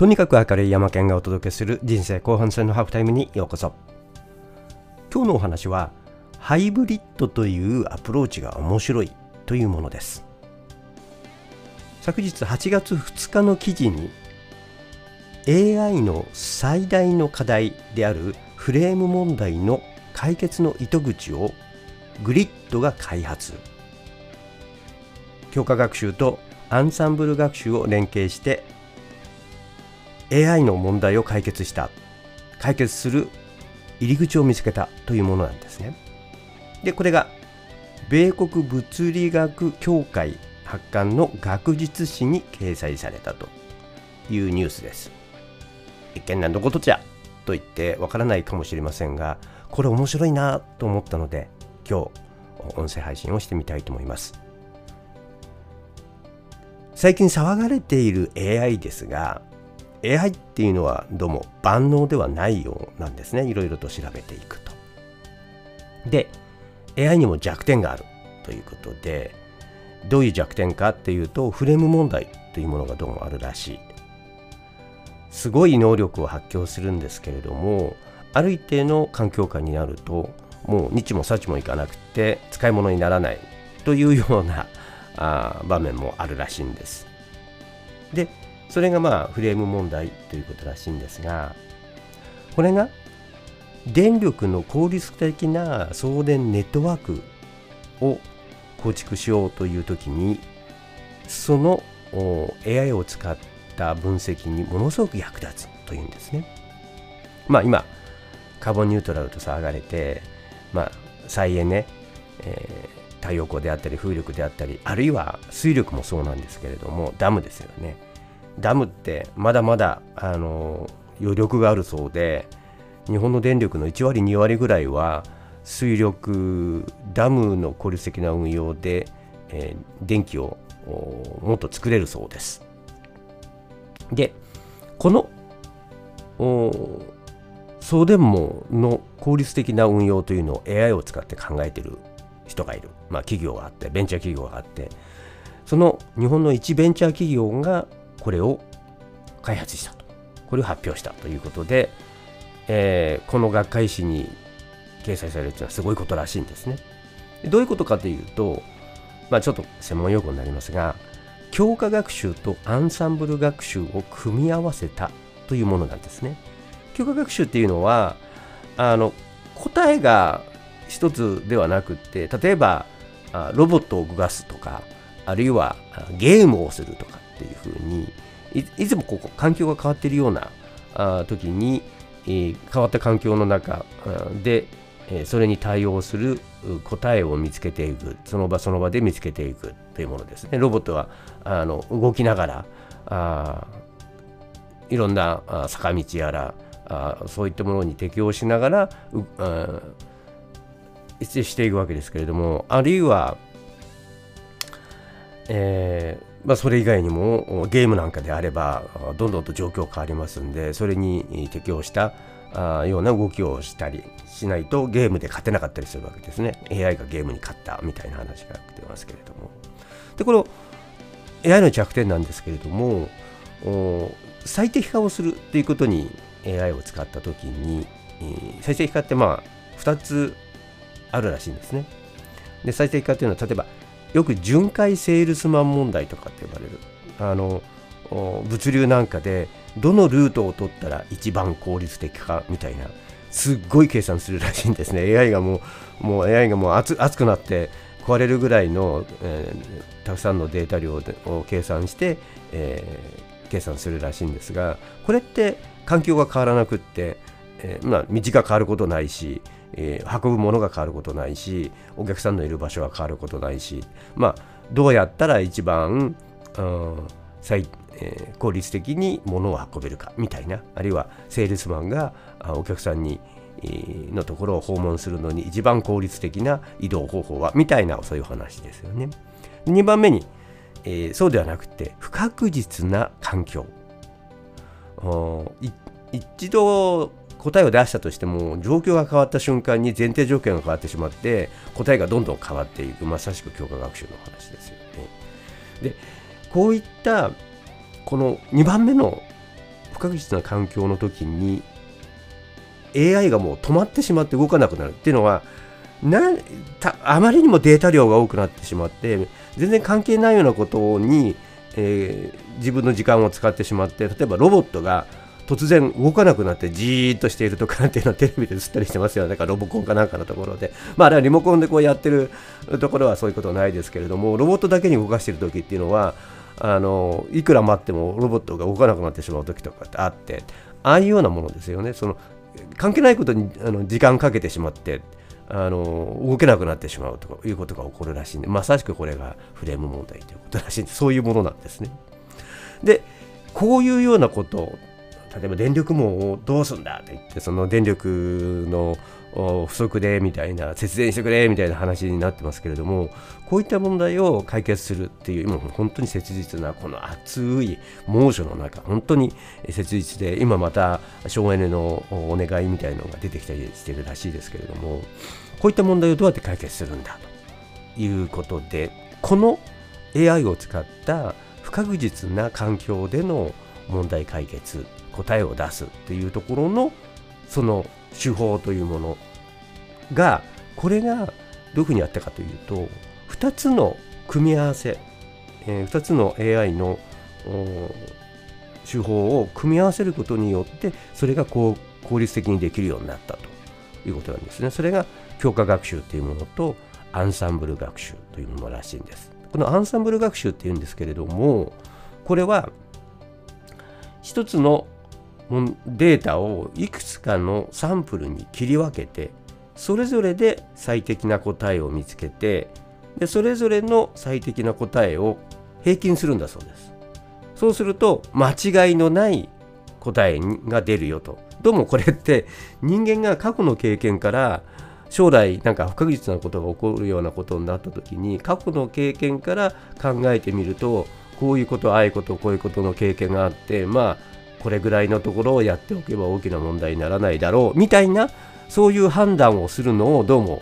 とにかく明るい山県がお届けする人生後半戦のハーフタイムにようこそ。今日のお話はハイブリッドというアプローチが面白いというものです。昨日8月2日の記事に AI の最大の課題であるフレーム問題の解決の糸口をグリッドが開発、強化学習とアンサンブル学習を連携して AI の問題を解決する入り口を見つけたというものなんですね。で、これが米国物理学協会発刊の学術誌に掲載されたというニュースです。一見何のことじゃと言ってわからないかもしれませんが、これ面白いなと思ったので今日音声配信をしてみたいと思います。最近騒がれている AI ですが、 AI っていうのはどうも万能ではないようなんですね。いろいろと調べていくと。で、 AI にも弱点があるということで、どういう弱点かっていうと、フレーム問題というものがどうもあるらしい。すごい能力を発揮するんですけれども、ある一定の環境下になるともう日もさちもいかなくて使い物にならないというような場面もあるらしいんです。で、それがフレーム問題ということらしいんですが、これが電力の効率的な送電ネットワークを構築しようというときに、その AI を使った分析にものすごく役立つというんですね。今カーボンニュートラルと騒がれて、再エネ、太陽光であったり風力であったり、あるいは水力もそうなんですけれども、ダムですよね。ダムってまだまだ余力があるそうで、日本の電力の1割2割ぐらいは水力ダムの効率的な運用で、電気をもっと作れるそうです。で、この送電網の効率的な運用というのを AI を使って考えている人がいる、企業があって、ベンチャー企業があって、その日本の一ベンチャー企業がこれを開発したと、これを発表したということで、この学会誌に掲載されるというのはすごいことらしいんですね。どういうことかというと、ちょっと専門用語になりますが、強化学習とアンサンブル学習を組み合わせたというものなんですね。強化学習っていうのは答えが一つではなくって、例えばロボットを動かすとか、あるいはゲームをするとかっていうふうに、いつも環境が変わっているような時に、変わった環境の中でそれに対応する答えを見つけていく、その場その場で見つけていくというものですね。ロボットは動きながらいろんな坂道やらそういったものに適応しながらしていくわけですけれども、あるいは、それ以外にもゲームなんかであればどんどんと状況変わりますんで、それに適応したような動きをしたりしないとゲームで勝てなかったりするわけですね。 AI がゲームに勝ったみたいな話が出ますけれども、でこの AI の弱点なんですけれども、最適化をするということに AI を使ったときに、最適化って2つあるらしいんですね。で、最適化というのは、例えばよく巡回セールスマン問題とかって呼ばれる、物流なんかでどのルートを取ったら一番効率的かみたいな、すっごい計算するらしいんですね。 AI がもう熱くなって壊れるぐらいの、たくさんのデータ量を計算して、計算するらしいんですが、これって環境が変わらなくって、道が変わることないし、運ぶものが変わることないし、お客さんのいる場所が変わることないし、どうやったら一番、効率的に物を運べるかみたいな、あるいはセールスマンがお客さんのところを訪問するのに一番効率的な移動方法はみたいな、そういう話ですよね。2番目に、そうではなくて不確実な環境。一度答えを出したとしても、状況が変わった瞬間に前提条件が変わってしまって答えがどんどん変わっていく、まさしく強化学習の話ですよね。で、こういったこの2番目の不確実な環境の時に AI がもう止まってしまって動かなくなるっていうのはあまりにもデータ量が多くなってしまって全然関係ないようなことに、自分の時間を使ってしまって、例えばロボットが突然動かなくなってじーっとしているとかっていうのはテレビで映ったりしてますよね。だからロボコンかなんかのところで、あれはリモコンでこうやってるところはそういうことはないですけれども、ロボットだけに動かしている時っていうのはいくら待ってもロボットが動かなくなってしまう時とかってあって、ああいうようなものですよね。その関係ないことに時間かけてしまって動けなくなってしまうということが起こるらしいんで、まさしくこれがフレーム問題ということらしいんで、そういうものなんですね。でこういうようなことを、例えば電力網をどうすんだって言って、その電力の不足でみたいな、節電してくれみたいな話になってますけれども、こういった問題を解決するっていう、もう本当に切実なこの暑い猛暑の中、本当に切実で、今また省エネのお願いみたいなのが出てきたりしてるらしいですけれども、こういった問題をどうやって解決するんだということで、この AI を使った不確実な環境での問題解決、答えを出すっていうところのその手法というものが、これがどういうふうにやったかというと、2つの組み合わせ、2つの AI の手法を組み合わせることによって、それが効率的にできるようになったということなんですね。それが強化学習というものとアンサンブル学習というものらしいんです。このアンサンブル学習っていうんですけれども、これは一つのデータをいくつかのサンプルに切り分けて、それぞれで最適な答えを見つけて、でそれぞれの最適な答えを平均するんだそうです。そうすると間違いのない答えが出るよと。どうもこれって人間が過去の経験から将来なんか不確実なことが起こるようなことになった時に、過去の経験から考えてみると、こういうこと、ああいうこと、こういうことの経験があって、これぐらいのところをやっておけば大きな問題にならないだろうみたいな、そういう判断をするのをどうも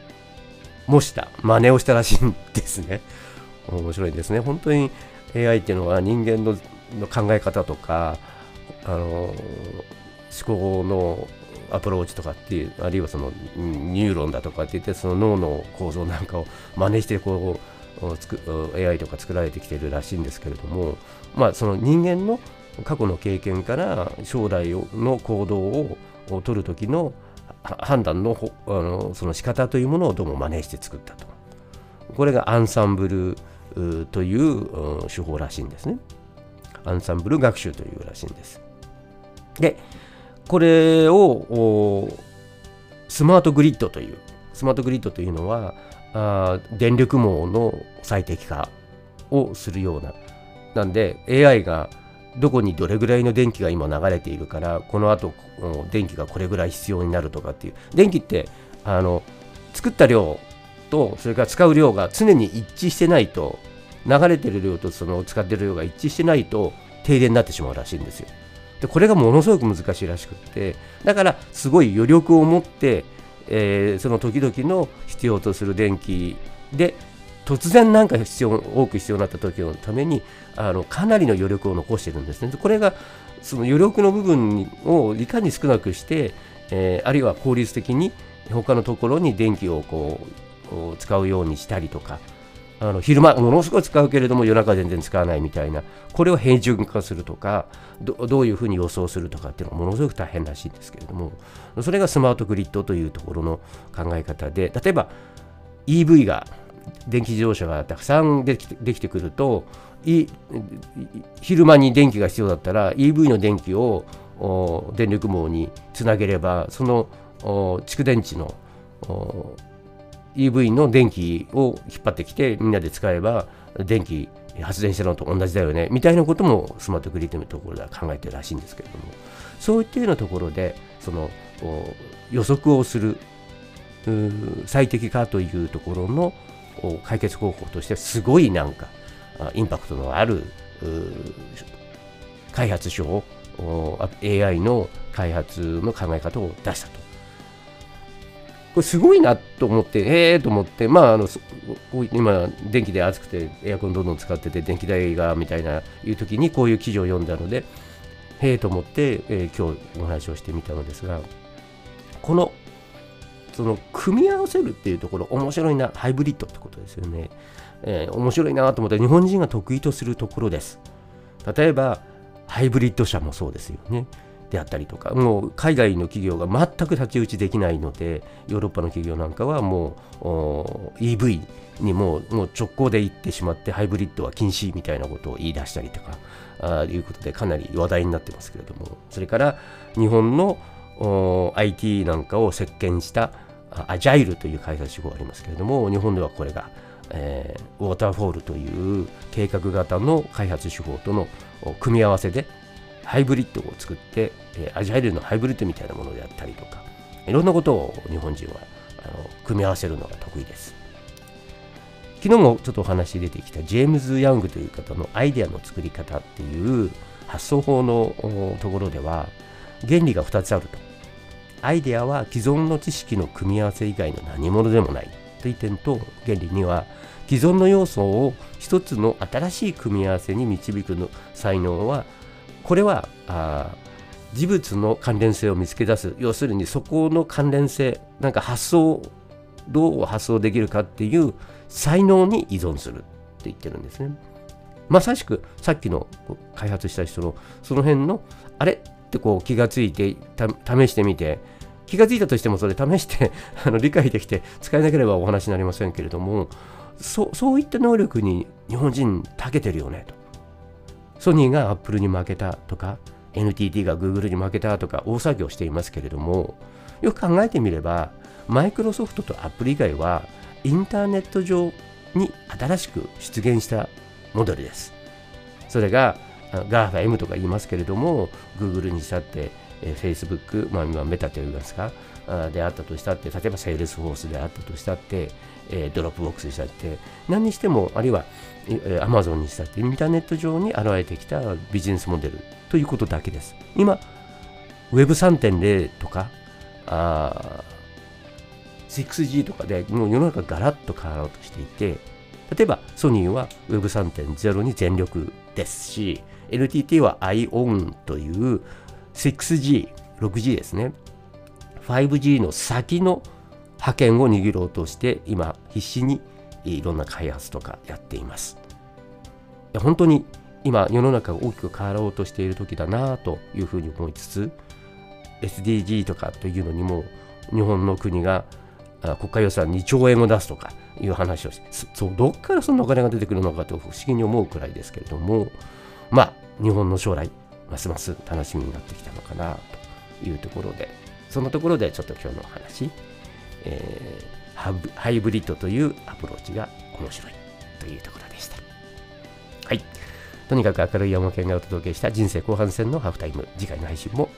真似をしたらしいんですね。面白いですね。本当に AI っていうのは人間の考え方とか思考のアプローチとかっていう、あるいはそのニューロンだとかって言って、その脳の構造なんかを真似してAI とか作られてきているらしいんですけれども、その人間の過去の経験から将来の行動を取る時の判断のその仕方というものをどうも真似して作ったと。これがアンサンブルという手法らしいんですね。アンサンブル学習というらしいんです。でこれをスマートグリッドというのは電力網の最適化をするようなんで、 AI がどこにどれぐらいの電気が今流れているから、この後電気がこれぐらい必要になるとかっていう、電気って作った量とそれから使う量が常に一致してないと、流れてる量とその使ってる量が一致してないと停電になってしまうらしいんですよ。でこれがものすごく難しいらしくって、だからすごい余力を持って、その時々の必要とする電気で突然なんか多く必要になった時のためにかなりの余力を残しているんですね。これがその余力の部分をいかに少なくして、あるいは効率的に他のところに電気を使うようにしたりとか、昼間ものすごい使うけれども夜中全然使わないみたいな、これを平準化するとか、どういうふうに予想するとかっていうのはものすごく大変らしいんですけれども、それがスマートグリッドというところの考え方で、例えば EV が電気自動車がたくさんできてくると、昼間に電気が必要だったら EV の電気を電力網につなげれば、その蓄電池のEV の電気を引っ張ってきてみんなで使えば電気発電したのと同じだよねみたいなこともスマートグリッドのところでは考えてるらしいんですけれども、そういったようなところでその予測をする最適化というところの解決方法としてすごいなんかインパクトのある開発書を AI の開発の考え方を出したと。これすごいなと思って、と思って、今電気で暑くてエアコンどんどん使ってて電気代がみたいないう時にこういう記事を読んだので、 へえと思って、今日お話をしてみたのですが、その組み合わせるっていうところ、面白いな、ハイブリッドってことですよね。面白いなと思って日本人が得意とするところです。例えばハイブリッド車もそうですよね。であったりとか、もう海外の企業が全く太刀打ちできないので、ヨーロッパの企業なんかはもう EV にもう直行で行ってしまって、ハイブリッドは禁止みたいなことを言い出したりとかいうことでかなり話題になってますけれども、それから日本のIT なんかを席巻したアジャイルという開発手法がありますけれども、日本ではこれが、ウォーターフォールという計画型の開発手法との組み合わせでハイブリッドを作って、アジャイルのハイブリッドみたいなものであったりとか、いろんなことを日本人は組み合わせるのが得意です。昨日もちょっとお話出てきたジェームズ・ヤングという方のアイデアの作り方っていう発想法のところでは、原理が2つあると。アイデアは既存の知識の組み合わせ以外の何者でもないという点と、原理には既存の要素を一つの新しい組み合わせに導くの才能は、これは事物の関連性を見つけ出す、要するにそこの関連性、なんかどう発想できるかっていう才能に依存するって言ってるんですね。まさしくさっきの開発した人のその辺のあれって気がついて試してみて、気がついたとしてもそれ試して理解できて使えなければお話になりませんけれども、そういった能力に日本人長けてるよねと。ソニーがアップルに負けたとか、 NTT が Google に負けたとか大騒ぎをしていますけれども、よく考えてみればマイクロソフトとアップル以外はインターネット上に新しく出現したモデルです。それがGAFA-M とか言いますけれども、 Google にしたって、Facebook、今メタと言いますかであったとしたって、例えば Salesforce であったとしたって、Dropbox にしたって、何にしても、あるいは、Amazon にしたって、インターネット上に現れてきたビジネスモデルということだけです。今 Web3.0 とか6G とかでもう世の中ガラッと変わろうとしていて、例えばソニーは Web3.0 に全力ですし、 NTT は IOWN という 6G、6G ですね、5G の先の覇権を握ろうとして今必死にいろんな開発とかやっています。本当に今世の中が大きく変わろうとしている時だなというふうに思いつつ、 SDG とかというのにも日本の国が国家予算2兆円を出すとかいう話をして、どっからそんなお金が出てくるのかと不思議に思うくらいですけれども、日本の将来ますます楽しみになってきたのかなというところで、そのところでちょっと今日のお話、ハイブリッドというアプローチが面白いというところでした。はい、とにかく明るい山県がお届けした人生後半戦のハーフタイム、次回の配信も